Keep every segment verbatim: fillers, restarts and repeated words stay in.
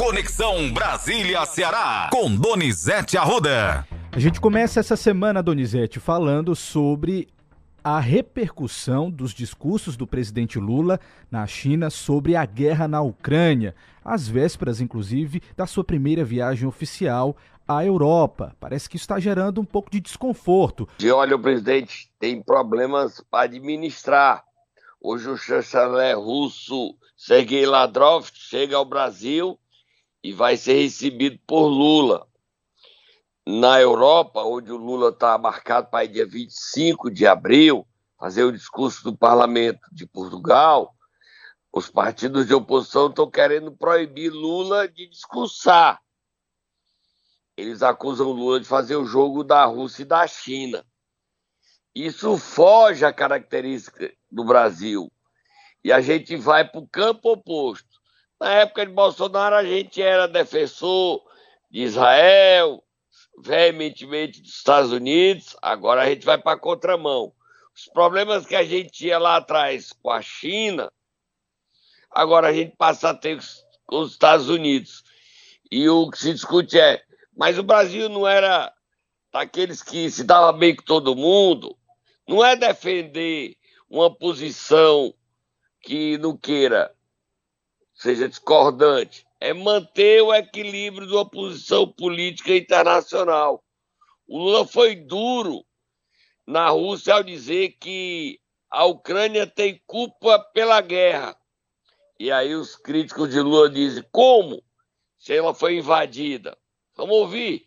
Conexão Brasília-Ceará, com Donizete Arruda. A gente começa essa semana, Donizete, falando sobre a repercussão dos discursos do presidente Lula na China sobre a guerra na Ucrânia, às vésperas, inclusive, da sua primeira viagem oficial à Europa. Parece que isso está gerando um pouco de desconforto. E olha, o presidente tem problemas para administrar. Hoje o chanceler russo Sergei Lavrov chega ao Brasil e vai ser recebido por Lula. Na Europa, onde o Lula está marcado para ir dia vinte e cinco de abril, fazer o discurso do Parlamento de Portugal, os partidos de oposição estão querendo proibir Lula de discursar. Eles acusam Lula de fazer o jogo da Rússia e da China. Isso foge à característica do Brasil. E a gente vai para o campo oposto. Na época de Bolsonaro, a gente era defensor de Israel, veementemente dos Estados Unidos, agora a gente vai para a contramão. Os problemas que a gente tinha lá atrás com a China, agora a gente passa a ter com os Estados Unidos. E o que se discute é, mas o Brasil não era daqueles que se dava bem com todo mundo? Não é defender uma posição que não queira, seja discordante, é manter o equilíbrio de uma posição política internacional. O Lula foi duro na Rússia ao dizer que a Ucrânia tem culpa pela guerra. E aí os críticos de Lula dizem, como? Se ela foi invadida. Vamos ouvir.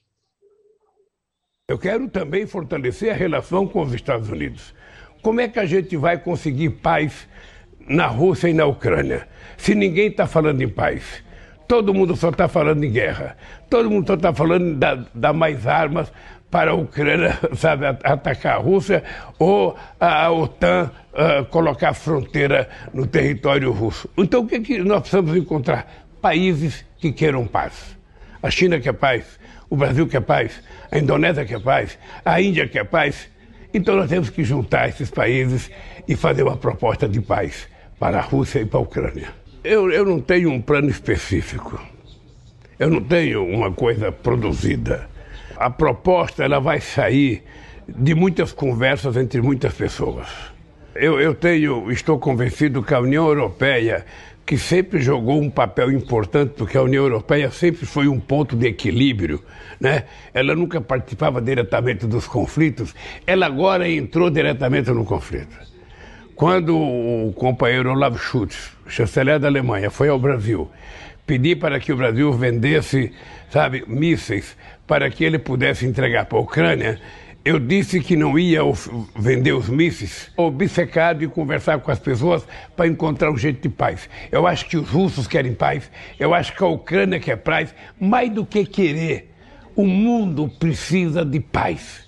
Eu quero também fortalecer a relação com os Estados Unidos. Como é que a gente vai conseguir paz na Rússia e na Ucrânia, se ninguém está falando em paz? Todo mundo só está falando em guerra. Todo mundo só está falando de dar, dar mais armas para a Ucrânia, sabe, atacar a Rússia, ou a OTAN uh, colocar fronteira no território russo. Então o que, é que nós precisamos encontrar? Países que queiram paz. A China quer paz, o Brasil quer paz, a Indonésia quer paz, a Índia quer paz. Então nós temos que juntar esses países e fazer uma proposta de paz para a Rússia e para a Ucrânia. Eu, eu não tenho um plano específico, eu não tenho uma coisa produzida. A proposta ela vai sair de muitas conversas entre muitas pessoas. Eu, eu tenho, estou convencido que a União Europeia, que sempre jogou um papel importante, porque a União Europeia sempre foi um ponto de equilíbrio, né? Ela nunca participava diretamente dos conflitos, ela agora entrou diretamente no conflito. Quando o companheiro Olaf Scholz, chanceler da Alemanha, foi ao Brasil pedir para que o Brasil vendesse, sabe, mísseis para que ele pudesse entregar para a Ucrânia, eu disse que não ia vender os mísseis, obcecado e conversar com as pessoas para encontrar um jeito de paz. Eu acho que os russos querem paz, eu acho que a Ucrânia quer paz, mais do que querer. O mundo precisa de paz.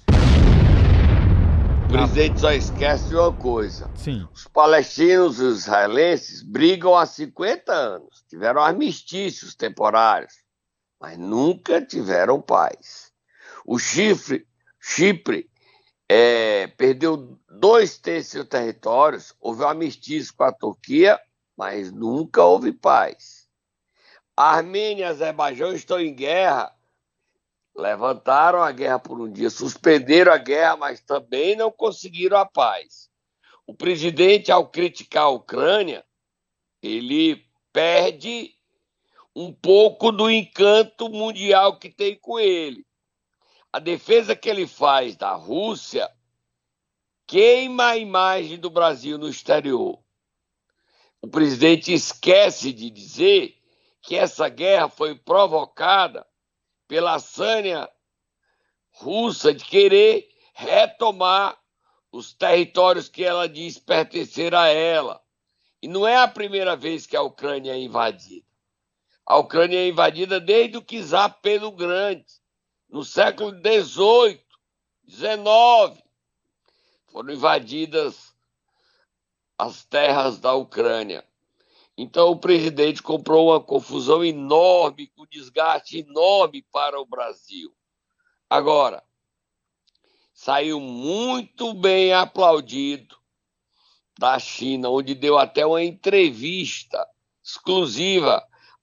O presidente só esquece de uma coisa. Sim. Os palestinos e os israelenses brigam há cinquenta anos, tiveram armistícios temporários, mas nunca tiveram paz. O Chipre, Chipre é, perdeu dois terços dos territórios, houve um armistício com a Turquia, mas nunca houve paz. A Armênia e Azerbaijão estão em guerra, levantaram a guerra por um dia, suspenderam a guerra, mas também não conseguiram a paz. O presidente, ao criticar a Ucrânia, ele perde um pouco do encanto mundial que tem com ele. A defesa que ele faz da Rússia queima a imagem do Brasil no exterior. O presidente esquece de dizer que essa guerra foi provocada pela sanha russa de querer retomar os territórios que ela diz pertencer a ela. E não é a primeira vez que a Ucrânia é invadida. A Ucrânia é invadida desde o czar Pedro Grande, no século dezoito, dezenove. Foram invadidas as terras da Ucrânia. Então o presidente comprou uma confusão enorme, com desgaste enorme para o Brasil. Agora, saiu muito bem aplaudido da China, onde deu até uma entrevista exclusiva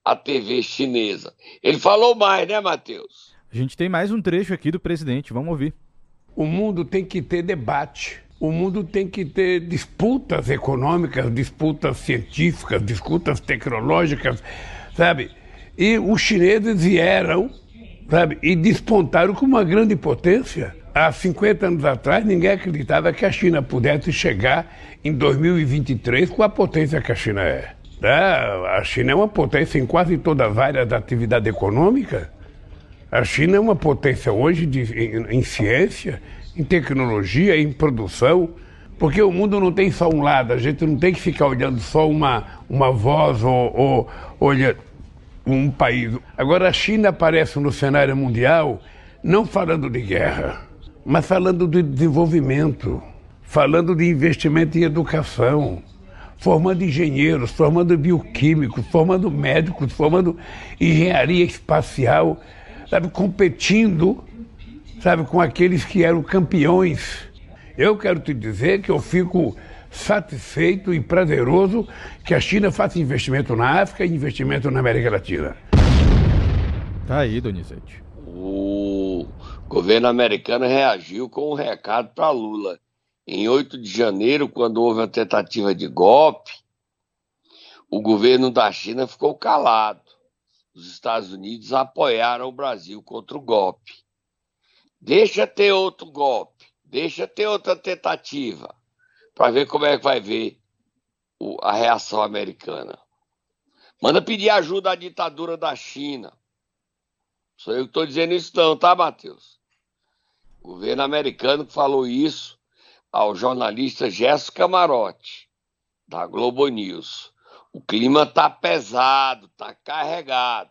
a T V chinesa. Ele falou mais, né, Matheus? A gente tem mais um trecho aqui do presidente, vamos ouvir. O mundo tem que ter debate. O mundo tem que ter disputas econômicas, disputas científicas, disputas tecnológicas, sabe? E os chineses vieram, sabe, e despontaram como uma grande potência. Há cinquenta anos atrás, ninguém acreditava que a China pudesse chegar em dois mil e vinte e três com a potência que a China é. A China é uma potência em quase todas as áreas da atividade econômica. A China é uma potência hoje de, em, em ciência, em tecnologia, em produção, porque o mundo não tem só um lado, a gente não tem que ficar olhando só uma, uma voz ou, ou olha um país. Agora a China aparece no cenário mundial não falando de guerra, mas falando de desenvolvimento, falando de investimento em educação, formando engenheiros, formando bioquímicos, formando médicos, formando engenharia espacial, sabe, competindo, sabe, com aqueles que eram campeões. Eu quero te dizer que eu fico satisfeito e prazeroso que a China faça investimento na África e investimento na América Latina. Tá aí, Donizete. O governo americano reagiu com um recado para Lula. Em oito de janeiro, quando houve a tentativa de golpe, o governo da China ficou calado. Os Estados Unidos apoiaram o Brasil contra o golpe. Deixa ter outro golpe, deixa ter outra tentativa, para ver como é que vai ver o, a reação americana. Manda pedir ajuda à ditadura da China. Sou eu que estou dizendo isso não, tá, Matheus? O governo americano que falou isso ao jornalista Gerson Camarote, da Globo News. O clima está pesado, está carregado.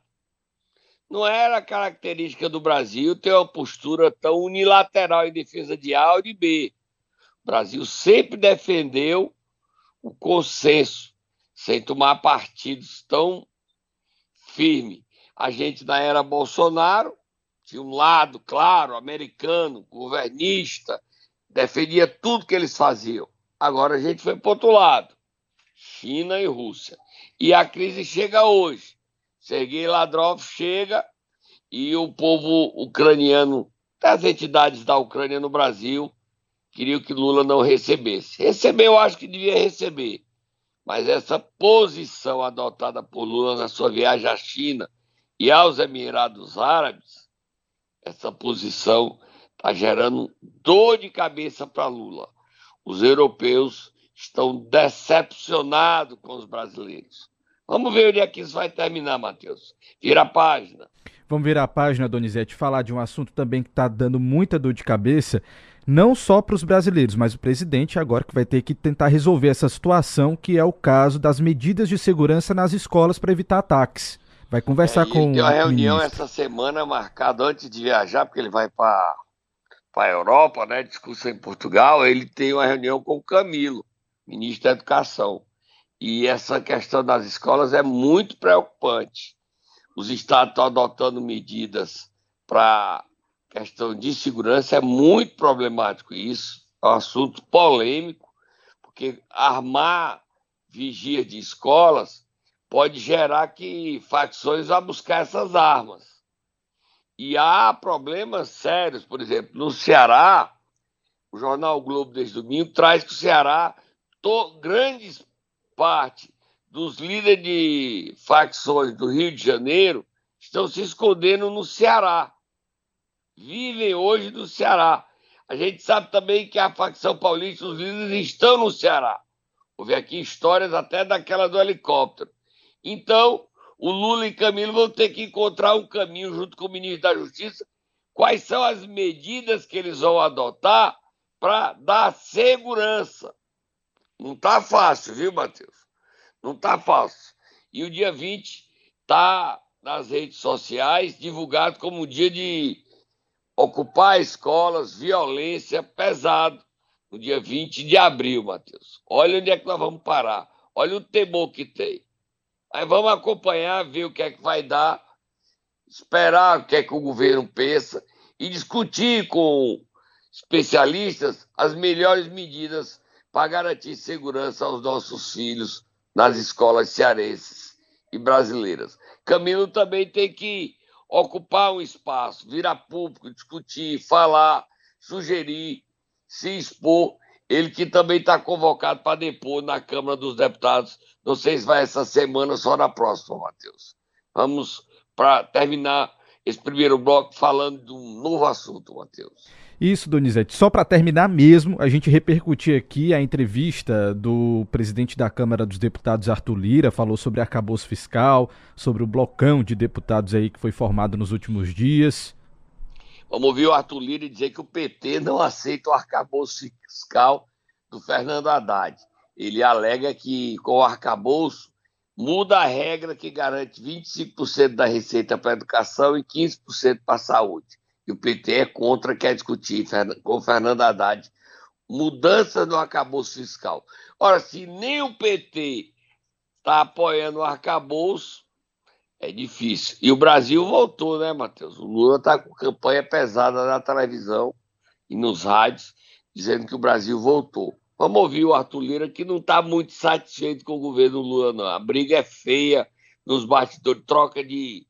Não era característica do Brasil ter uma postura tão unilateral em defesa de A ou de B. O Brasil sempre defendeu o consenso, sem tomar partidos tão firmes. A gente, na era Bolsonaro, tinha um lado, claro, americano, governista, defendia tudo que eles faziam. Agora a gente foi para o outro lado, China e Rússia. E a crise chega hoje. Sergei Lavrov chega e o povo ucraniano, as entidades da Ucrânia no Brasil, queriam que Lula não recebesse. Receber, eu acho que devia receber. Mas essa posição adotada por Lula na sua viagem à China e aos Emirados Árabes, essa posição está gerando dor de cabeça para Lula. Os europeus estão decepcionados com os brasileiros. Vamos ver onde é que isso vai terminar, Matheus. Vira a página. Vamos virar a página, Donizete, falar de um assunto também que está dando muita dor de cabeça, não só para os brasileiros, mas o presidente agora que vai ter que tentar resolver essa situação, que é o caso das medidas de segurança nas escolas para evitar ataques. Vai conversar é, com tem uma reunião ministro. essa semana marcada antes de viajar, porque ele vai para a Europa, né, discussão em Portugal. Ele tem uma reunião com o Camilo, ministro da Educação. E essa questão das escolas é muito preocupante. Os estados estão adotando medidas para questão de segurança, é muito problemático isso. É um assunto polêmico, porque armar vigia de escolas pode gerar que facções vá buscar essas armas. E há problemas sérios, por exemplo, no Ceará, o jornal o Globo desde domingo traz que o Ceará, to, grandes parte dos líderes de facções do Rio de Janeiro estão se escondendo no Ceará. Vivem hoje no Ceará. A gente sabe também que a facção paulista, os líderes estão no Ceará. Houve aqui histórias até daquela do helicóptero. Então, o Lula e Camilo vão ter que encontrar um caminho junto com o ministro da Justiça. Quais são as medidas que eles vão adotar para dar segurança? Não está fácil, viu, Matheus? Não está fácil. E o dia vinte está nas redes sociais divulgado como um dia de ocupar escolas, violência pesado, no dia vinte de abril, Matheus. Olha onde é que nós vamos parar. Olha o temor que tem. Aí vamos acompanhar, ver o que é que vai dar, esperar o que é que o governo pensa e discutir com especialistas as melhores medidas para garantir segurança aos nossos filhos nas escolas cearenses e brasileiras. Camilo também tem que ocupar um espaço, virar público, discutir, falar, sugerir, se expor. Ele que também está convocado para depor na Câmara dos Deputados. Não sei se vai essa semana ou só na próxima, Matheus. Vamos para terminar esse primeiro bloco falando de um novo assunto, Matheus. Isso, Donizete. Só para terminar mesmo, a gente repercutir aqui a entrevista do presidente da Câmara dos Deputados, Arthur Lira, falou sobre arcabouço fiscal, sobre o blocão de deputados aí que foi formado nos últimos dias. Vamos ouvir o Arthur Lira dizer que o P T não aceita o arcabouço fiscal do Fernando Haddad. Ele alega que com o arcabouço muda a regra que garante vinte e cinco por cento da receita para a educação e quinze por cento para a saúde. E o P T é contra, quer discutir com o Fernando Haddad mudança no arcabouço fiscal. Ora, se nem o P T está apoiando o arcabouço, é difícil. E o Brasil voltou, né, Matheus? O Lula está com campanha pesada na televisão e nos rádios, dizendo que o Brasil voltou. Vamos ouvir o Arthur Lira, que não está muito satisfeito com o governo Lula, não. A briga é feia nos bastidores, troca de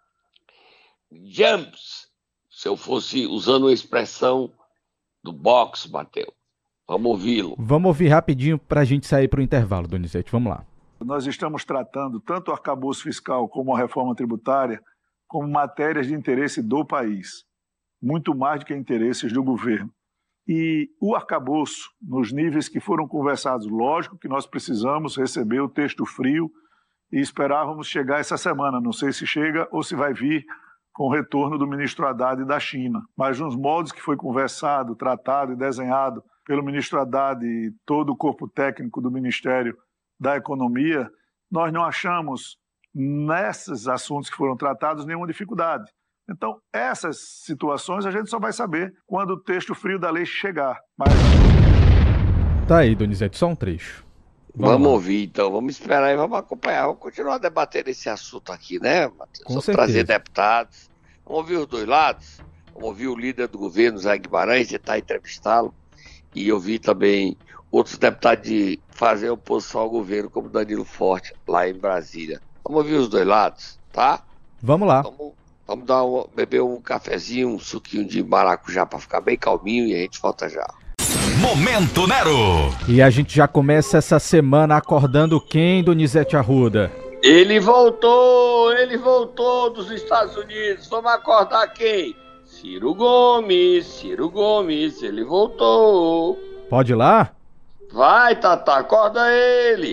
jumps, se eu fosse usando a expressão do boxe, Matheus. Vamos ouvi-lo. Vamos ouvir rapidinho para a gente sair para o intervalo, Donizete. Vamos lá. Nós estamos tratando tanto o arcabouço fiscal como a reforma tributária como matérias de interesse do país, muito mais do que interesses do governo. E o arcabouço, nos níveis que foram conversados, lógico que nós precisamos receber o texto frio e esperávamos chegar essa semana. Não sei se chega ou se vai vir com o retorno do ministro Haddad da China. Mas nos moldes que foi conversado, tratado e desenhado pelo ministro Haddad e todo o corpo técnico do Ministério da Economia, nós não achamos nesses assuntos que foram tratados nenhuma dificuldade. Então, essas situações a gente só vai saber quando o texto frio da lei chegar. Mas... Tá aí, Donizete, só um trecho. Vamos, vamos ouvir, então. Vamos esperar e vamos acompanhar. Vamos continuar debatendo esse assunto aqui, né, Matheus? Com vamos certeza. Trazer deputados. Vamos ouvir os dois lados. Vamos ouvir o líder do governo, Zé Guimarães, tentar entrevistá-lo. E ouvir também outros deputados de fazer oposição ao governo, como Danilo Forte, lá em Brasília. Vamos ouvir os dois lados, tá? Vamos lá. Vamos, vamos dar um, beber um cafezinho, um suquinho de maracujá para ficar bem calminho e a gente volta já. Momento Nero. E a gente já começa essa semana acordando quem, Donizete Arruda? Ele voltou, ele voltou dos Estados Unidos. Vamos acordar quem? Ciro Gomes, Ciro Gomes, ele voltou. Pode ir lá? Vai, Tata, acorda ele.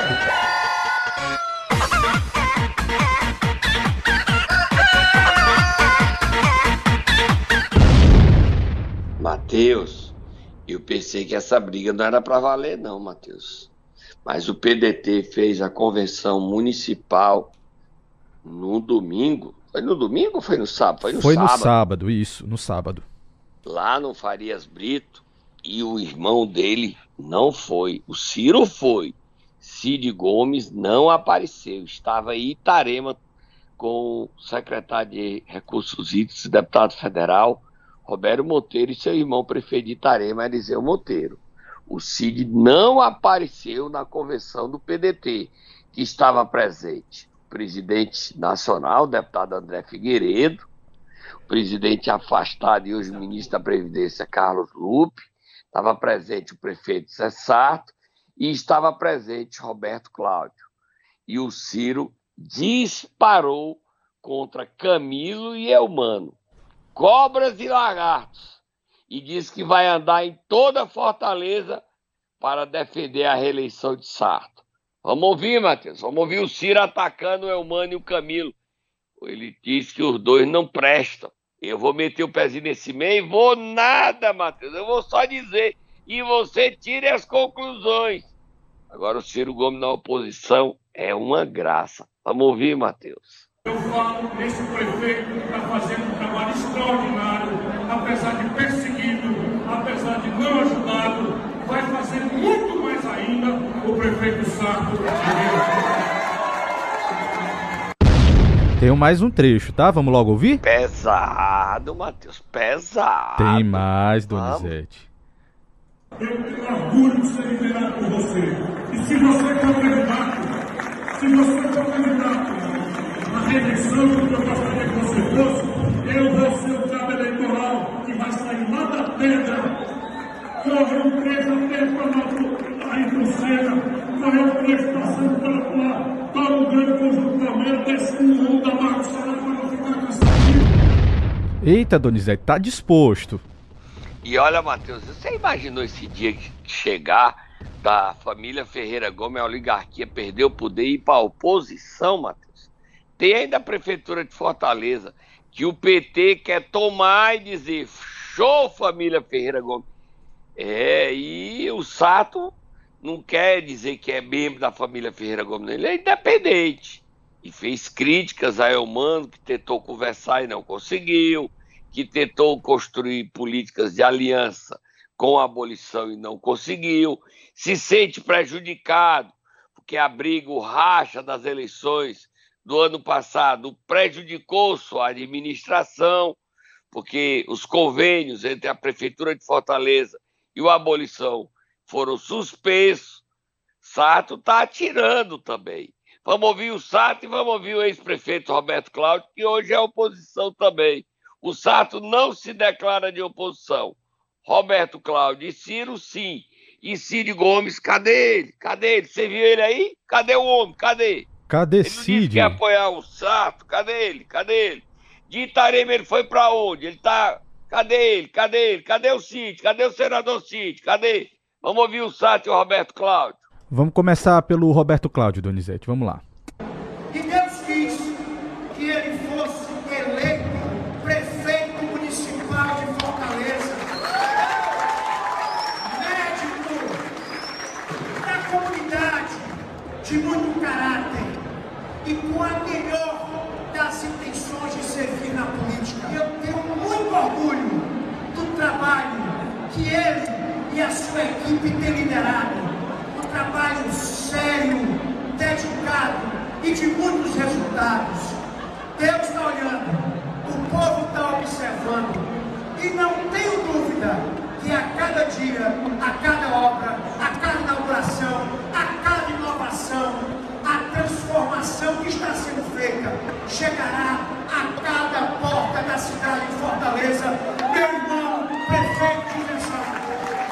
Matheus, eu pensei que essa briga não era para valer não, Matheus. Mas o P D T fez a convenção municipal no domingo. Foi no domingo ou foi no sábado? Foi no foi sábado. no sábado, isso, no sábado. Lá no Farias Brito, e o irmão dele não foi. O Ciro foi. Cid Gomes não apareceu. Estava em Itarema com o secretário de Recursos Hídricos e deputado federal, Roberto Monteiro, e seu irmão prefeito de Itarema, Eliseu Monteiro. O Cid não apareceu na convenção do P D T, que estava presente o presidente nacional, o deputado André Figueiredo, o presidente afastado e hoje ministro da Previdência, Carlos Lupe, estava presente o prefeito Zé Sarto e estava presente Roberto Cláudio. E o Ciro disparou contra Camilo e Eumano, cobras e lagartos, e disse que vai andar em toda a Fortaleza para defender a reeleição de Sarto. Vamos ouvir, Matheus, vamos ouvir o Ciro atacando o Eumano e o Camilo. Ele disse que os dois não prestam. Eu vou meter o pezinho nesse meio e vou nada, Matheus. Eu vou só dizer. E você tire as conclusões. Agora o Ciro Gomes na oposição é uma graça. Vamos ouvir, Matheus. Eu falo nesse prefeito que está fazendo um trabalho extraordinário, apesar de perseguido, apesar de não ajudado, vai fazer muito mais ainda o prefeito Sarto. Tem mais um trecho, tá? Vamos logo ouvir? Pesado, Matheus, pesado. Tem mais, Donizete. Eu tenho orgulho de ser liderado por você. E se você for candidato, se você for candidato na reeleição, como eu gostaria que você fosse, eu vou ser o cabo eleitoral que vai sair lá da pedra. Correu preso até para Ayrton Senna, correu preso passando pela, pela, para o grande conjunto do Palmeiras, descendo um da Marcos Sonato para não ficar cansativo. Eita, Donizete, tá disposto. E olha, Matheus, você imaginou esse dia que chegar da família Ferreira Gomes, a oligarquia, perder o poder e ir para a oposição, Matheus? Tem ainda a prefeitura de Fortaleza, que o P T quer tomar e dizer, show, família Ferreira Gomes. É, e o Sato não quer dizer que é membro da família Ferreira Gomes, ele é independente. E fez críticas a Elmano, que tentou conversar e não conseguiu, que tentou construir políticas de aliança com a abolição e não conseguiu, se sente prejudicado, porque a briga, o racha das eleições do ano passado prejudicou sua administração, porque os convênios entre a Prefeitura de Fortaleza e o abolição foram suspensos. Sato está atirando também. Vamos ouvir o Sato e vamos ouvir o ex-prefeito Roberto Cláudio, que hoje é oposição também. O Sato não se declara de oposição. Roberto Cláudio e Ciro, sim. E Cid Gomes, cadê ele? Cadê ele? Você viu ele aí? Cadê o homem? Cadê? Cadê ele Cid? Ele disse que ia apoiar o Sato. Cadê ele? Cadê ele? De Itarema ele foi pra onde? Ele tá... Cadê ele? Cadê ele? Cadê o Cid? Cadê o senador Cid? Cadê? Vamos ouvir o Sato e o Roberto Cláudio. Vamos começar pelo Roberto Cláudio, Donizete. Vamos lá. E Deus quis que ele fosse eleito prefeito municipal de Fortaleza. Médico da comunidade, de muito caráter e com a melhor das intenções de servir na política. Eu tenho muito orgulho do trabalho que ele e a sua equipe têm liderado. Um trabalho sério, dedicado e de muitos resultados. Deus está olhando, o povo está observando e não tenho dúvida que a cada dia, a cada obra, a cada inauguração, a cada inovação, a transformação que está sendo feita chegará a cada porta da cidade de Fortaleza. Meu irmão, prefeito José Sato.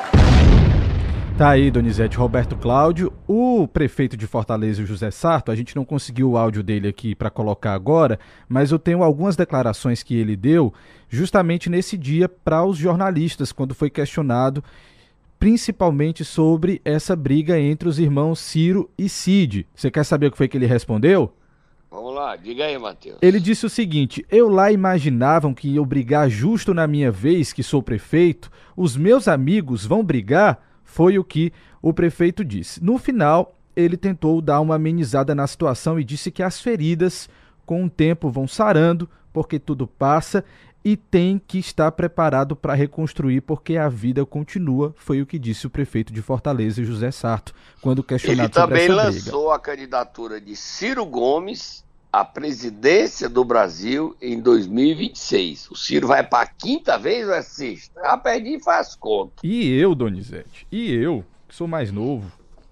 Tá aí, Donizete, Roberto Cláudio. O prefeito de Fortaleza, José Sarto, a gente não conseguiu o áudio dele aqui para colocar agora, mas eu tenho algumas declarações que ele deu justamente nesse dia para os jornalistas, quando foi questionado principalmente sobre essa briga entre os irmãos Ciro e Cid. Você quer saber o que foi que ele respondeu? Vamos lá, diga aí, Matheus. Ele disse o seguinte: eu lá imaginavam que eu brigar justo na minha vez, que sou prefeito, os meus amigos vão brigar? Foi o que o prefeito disse. No final, ele tentou dar uma amenizada na situação e disse que as feridas com o tempo vão sarando, porque tudo passa e tem que estar preparado para reconstruir, porque a vida continua, foi o que disse o prefeito de Fortaleza, José Sarto, quando questionado sobre essa briga. Ele também lançou a candidatura de Ciro Gomes à presidência do Brasil em dois mil e vinte e seis. O Ciro vai para a quinta vez ou é sexta? Já perdi e faz conta. E eu, Donizete? E eu, que sou mais novo?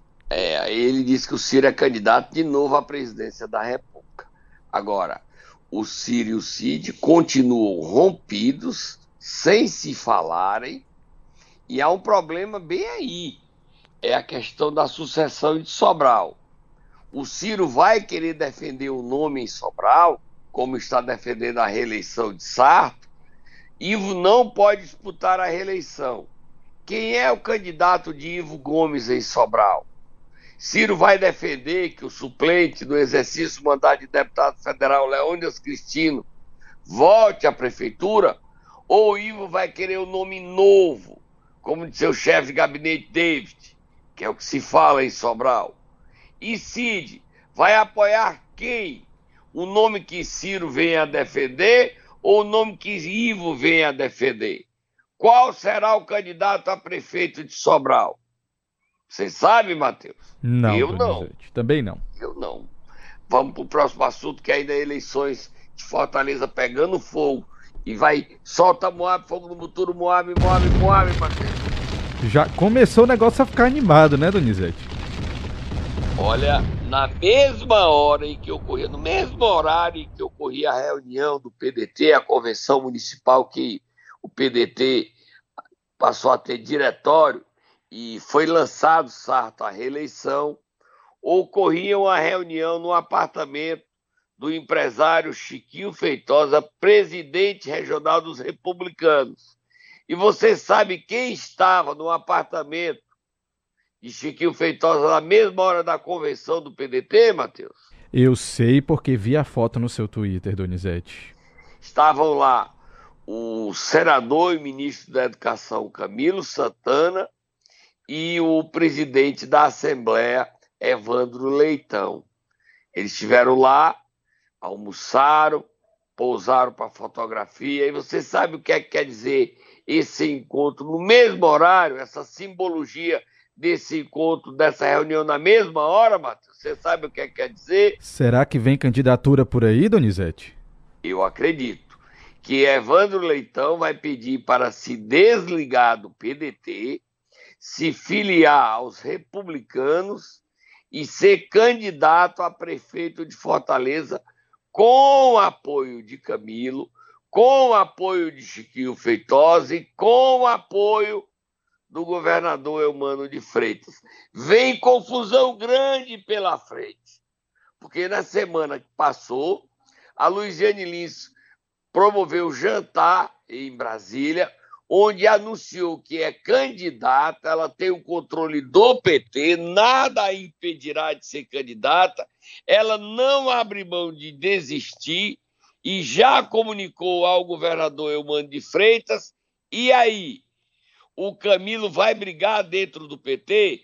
É, ele disse que o Ciro é candidato de novo à presidência da República. Agora, o Ciro e o Cid continuam rompidos, sem se falarem, e há um problema bem aí. É a questão da sucessão de Sobral. O Ciro vai querer defender o nome em Sobral, como está defendendo a reeleição de Sarto. Ivo não pode disputar a reeleição. Quem é o candidato de Ivo Gomes em Sobral? Ciro vai defender que o suplente do exercício do mandato de deputado federal, Leônidas Cristino, volte à prefeitura? Ou Ivo vai querer um nome novo, como de seu chefe de gabinete, David, que é o que se fala em Sobral? E Cid vai apoiar quem? O nome que Ciro vem a defender ou o nome que Ivo vem a defender? Qual será o candidato a prefeito de Sobral? Você sabe, Matheus? Não, eu não. Também não. Eu não. Vamos para o próximo assunto, que ainda é eleições de Fortaleza pegando fogo. E vai, solta Moab, fogo no futuro, Moab, Moab, Moab, Matheus. Já começou o negócio a ficar animado, né, Donizete? Olha, na mesma hora em que ocorria, no mesmo horário em que ocorria a reunião do P D T, a convenção municipal que o P D T passou a ter diretório e foi lançado Sarto à reeleição, ocorria uma reunião no apartamento do empresário Chiquinho Feitosa, presidente regional dos republicanos. E você sabe quem estava no apartamento de Chiquinho Feitosa na mesma hora da convenção do P D T, Matheus? Eu sei porque vi a foto no seu Twitter, Donizete. Estavam lá o senador e ministro da Educação, Camilo Santana, e o presidente da Assembleia, Evandro Leitão. Eles estiveram lá, almoçaram, pousaram para fotografia, e você sabe o que é que quer dizer esse encontro no mesmo horário, essa simbologia desse encontro, dessa reunião na mesma hora, Matheus? Você sabe o que é que quer dizer? Será que vem candidatura por aí, Donizete? Eu acredito que Evandro Leitão vai pedir para se desligar do P D T, se filiar aos republicanos e ser candidato a prefeito de Fortaleza com o apoio de Camilo, com o apoio de Chiquinho Feitosa e com o apoio do governador Eumano de Freitas. Vem confusão grande pela frente, porque na semana que passou, a Luiziane Lins promoveu jantar em Brasília, onde anunciou que é candidata, ela tem o controle do P T, nada a impedirá de ser candidata, ela não abre mão de desistir e já comunicou ao governador Eumano de Freitas. E aí, o Camilo vai brigar dentro do P T?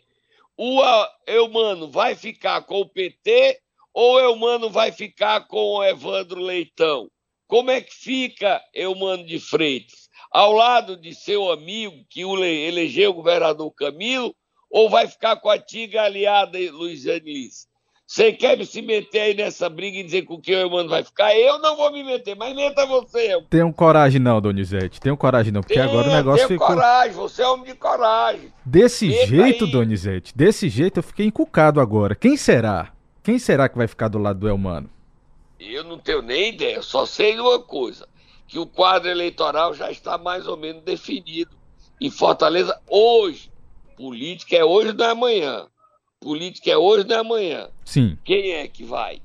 O Eumano vai ficar com o P T ou o Eumano vai ficar com o Evandro Leitão? Como é que fica Eumano de Freitas? Ao lado de seu amigo que o elegeu o governador Camilo, ou vai ficar com a antiga aliada Luiziane Lins? Você quer se meter aí nessa briga e dizer com quem o Eumano vai ficar? Eu não vou me meter, mas meta você. Tenham coragem não, Donizete, tenham coragem não, porque Tem, agora o negócio tenho ficou... coragem, você é homem de coragem. Desse Meta jeito, aí. Donizete, desse jeito eu fiquei encucado agora. Quem será? Quem será que vai ficar do lado do Eumano? Eu não tenho nem ideia, eu só sei de uma coisa, que o quadro eleitoral já está mais ou menos definido em Fortaleza hoje. Política é hoje, não é amanhã. Política é hoje, não é amanhã. Sim. Quem é que vai?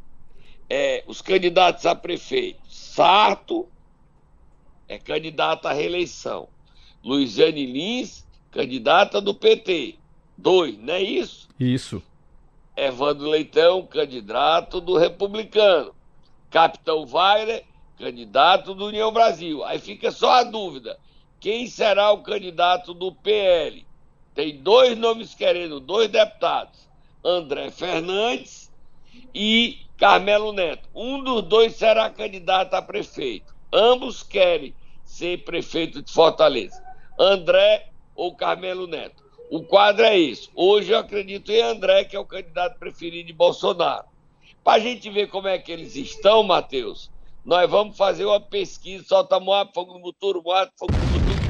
É, os candidatos a prefeito. Sarto é candidato à reeleição. Luiziane Lins, candidata do P T. Dois, não é isso? Isso. Evandro Leitão, candidato do Republicano. Capitão Wagner, candidato do União Brasil. Aí fica só a dúvida: quem será o candidato do P L? Tem dois nomes querendo, dois deputados: André Fernandes e Carmelo Neto. Um dos dois será candidato a prefeito. Ambos querem ser prefeito de Fortaleza, André ou Carmelo Neto. O quadro é esse. Hoje eu acredito em André, que é o candidato preferido de Bolsonaro. Para a gente ver como é que eles estão, Matheus, nós vamos fazer uma pesquisa. Solta Moab, fogo no muturo, Moab, fogo no muturo.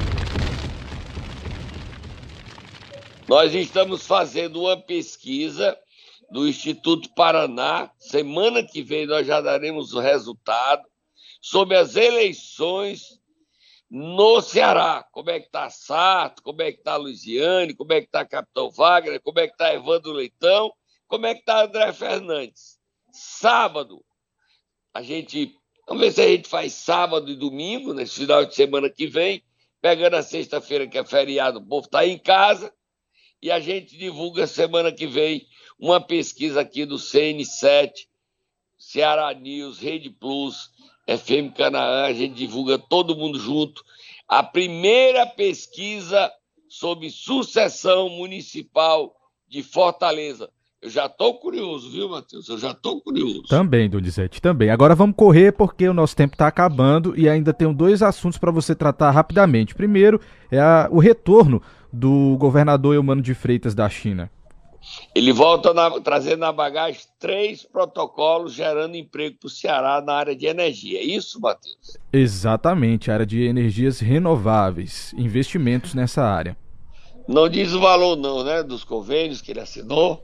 Nós estamos fazendo uma pesquisa do Instituto Paraná. Semana que vem nós já daremos o resultado sobre as eleições no Ceará. Como é que está Sarto, como é que está Luiziane, como é que está Capitão Wagner, como é que está Evandro Leitão, como é que está André Fernandes. Sábado, a gente, vamos ver se a gente faz sábado e domingo, nesse final de semana que vem, pegando a sexta-feira que é feriado, o povo está em casa, e a gente divulga semana que vem uma pesquisa aqui do C N sete, Ceará News, Rede Plus, F M Canaã, a gente divulga todo mundo junto. A primeira pesquisa sobre sucessão municipal de Fortaleza. Eu já estou curioso, viu, Matheus? Eu já estou curioso. Também, Donizete, também. Agora vamos correr porque o nosso tempo está acabando e ainda tenho dois assuntos para você tratar rapidamente. Primeiro é a, o retorno do governador Eumano de Freitas da China. Ele volta na, trazendo na bagagem três protocolos gerando emprego para o Ceará na área de energia. É isso, Matheus? Exatamente, área de energias renováveis, investimentos nessa área. Não diz o valor não, né, dos convênios que ele assinou?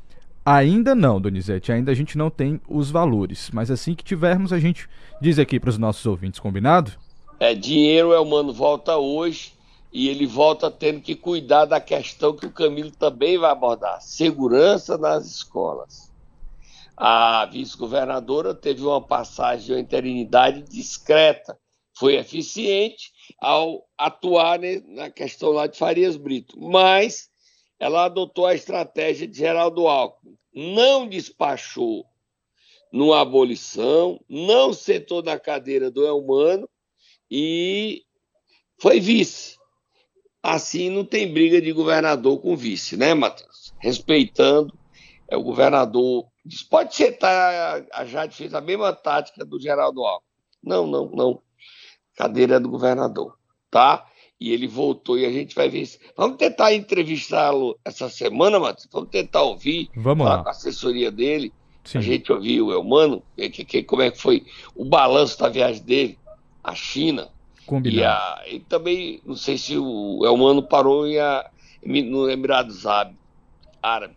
Ainda não, Donizete, ainda a gente não tem os valores, mas assim que tivermos a gente diz aqui para os nossos ouvintes, combinado? É, dinheiro, o Elmano volta hoje e ele volta tendo que cuidar da questão que o Camilo também vai abordar, segurança nas escolas. A vice-governadora teve uma passagem de uma interinidade discreta, foi eficiente ao atuar na questão lá de Farias Brito, mas ela adotou a estratégia de Geraldo Alckmin, não despachou numa abolição, não sentou na cadeira do Elmano e foi vice. Assim não tem briga de governador com vice, né, Matheus? Respeitando, é o governador diz, pode sentar, a Jade fez a mesma tática do Geraldo Alckmin. Não, não, não. Cadeira é do governador, tá? E ele voltou e a gente vai ver isso. Vamos tentar entrevistá-lo essa semana, Matheus? Vamos tentar ouvir, Vamos falar lá. com a assessoria dele. Sim. A gente ouviu o Elmano, que, que, como é que foi o balanço da viagem dele à China. Combinado. E, a, e também, não sei se o Elmano parou em a, no Emirados Árabes.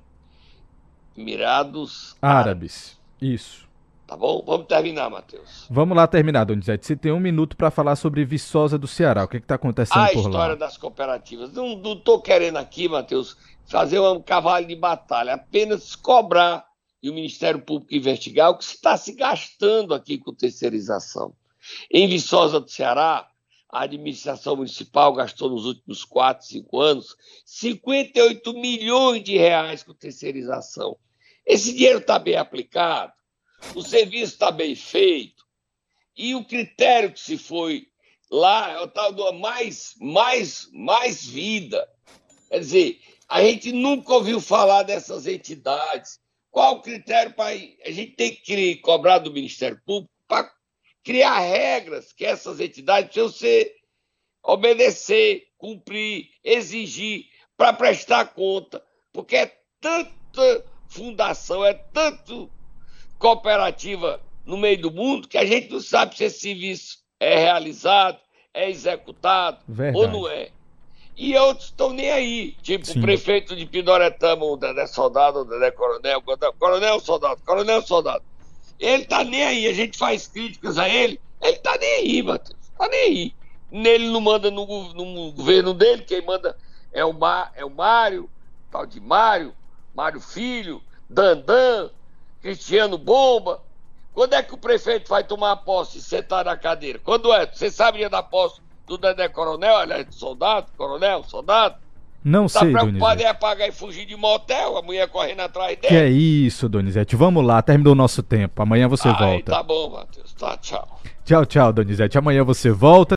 Emirados Árabes. Isso. Tá bom? Vamos terminar, Matheus. Vamos lá terminar, Donizete. Você tem um minuto para falar sobre Viçosa do Ceará. O que está acontecendo a por lá? A história das cooperativas. Não, não tô querendo aqui, Matheus, fazer um cavalo de batalha. Apenas cobrar e o Ministério Público investigar o que está se gastando aqui com terceirização. Em Viçosa do Ceará, a administração municipal gastou nos últimos quatro, cinco anos cinquenta e oito milhões de reais com terceirização. Esse dinheiro está bem aplicado? O serviço está bem feito? E o critério que se foi lá é o tal do mais, mais, mais vida. Quer dizer, a gente nunca ouviu falar dessas entidades. Qual o critério para... A gente tem que cobrar do Ministério Público para criar regras que essas entidades precisam ser, obedecer, cumprir, exigir, para prestar conta. Porque é tanta fundação, é tanto cooperativa no meio do mundo que a gente não sabe se esse serviço é realizado, é executado. Verdade. Ou não é. E outros estão nem aí, tipo Sim. o prefeito de Pindoretama, o Dedé Soldado, o Dedé Coronel, Coronel Soldado, Coronel Soldado. Ele tá nem aí, a gente faz críticas a ele, ele tá nem aí, Matheus, tá nem aí. Ele não manda no, no governo dele, quem manda é o, Mar, é o Mário, tal de Mário, Mário Filho, Dandan, Cristiano Bomba. Quando é que o prefeito vai tomar posse e sentar na cadeira? Quando é? Você sabia da posse do Dedé Coronel, aliás, de soldado, coronel, soldado? Não tá sei, Donizete. Tá preocupado em apagar e fugir de motel, a mulher correndo atrás dele? Que é isso, Donizete. Vamos lá, terminou o nosso tempo. Amanhã você Ai, volta. Tá bom, Matheus. Tá, tchau. Tchau, tchau, Donizete. Amanhã você volta.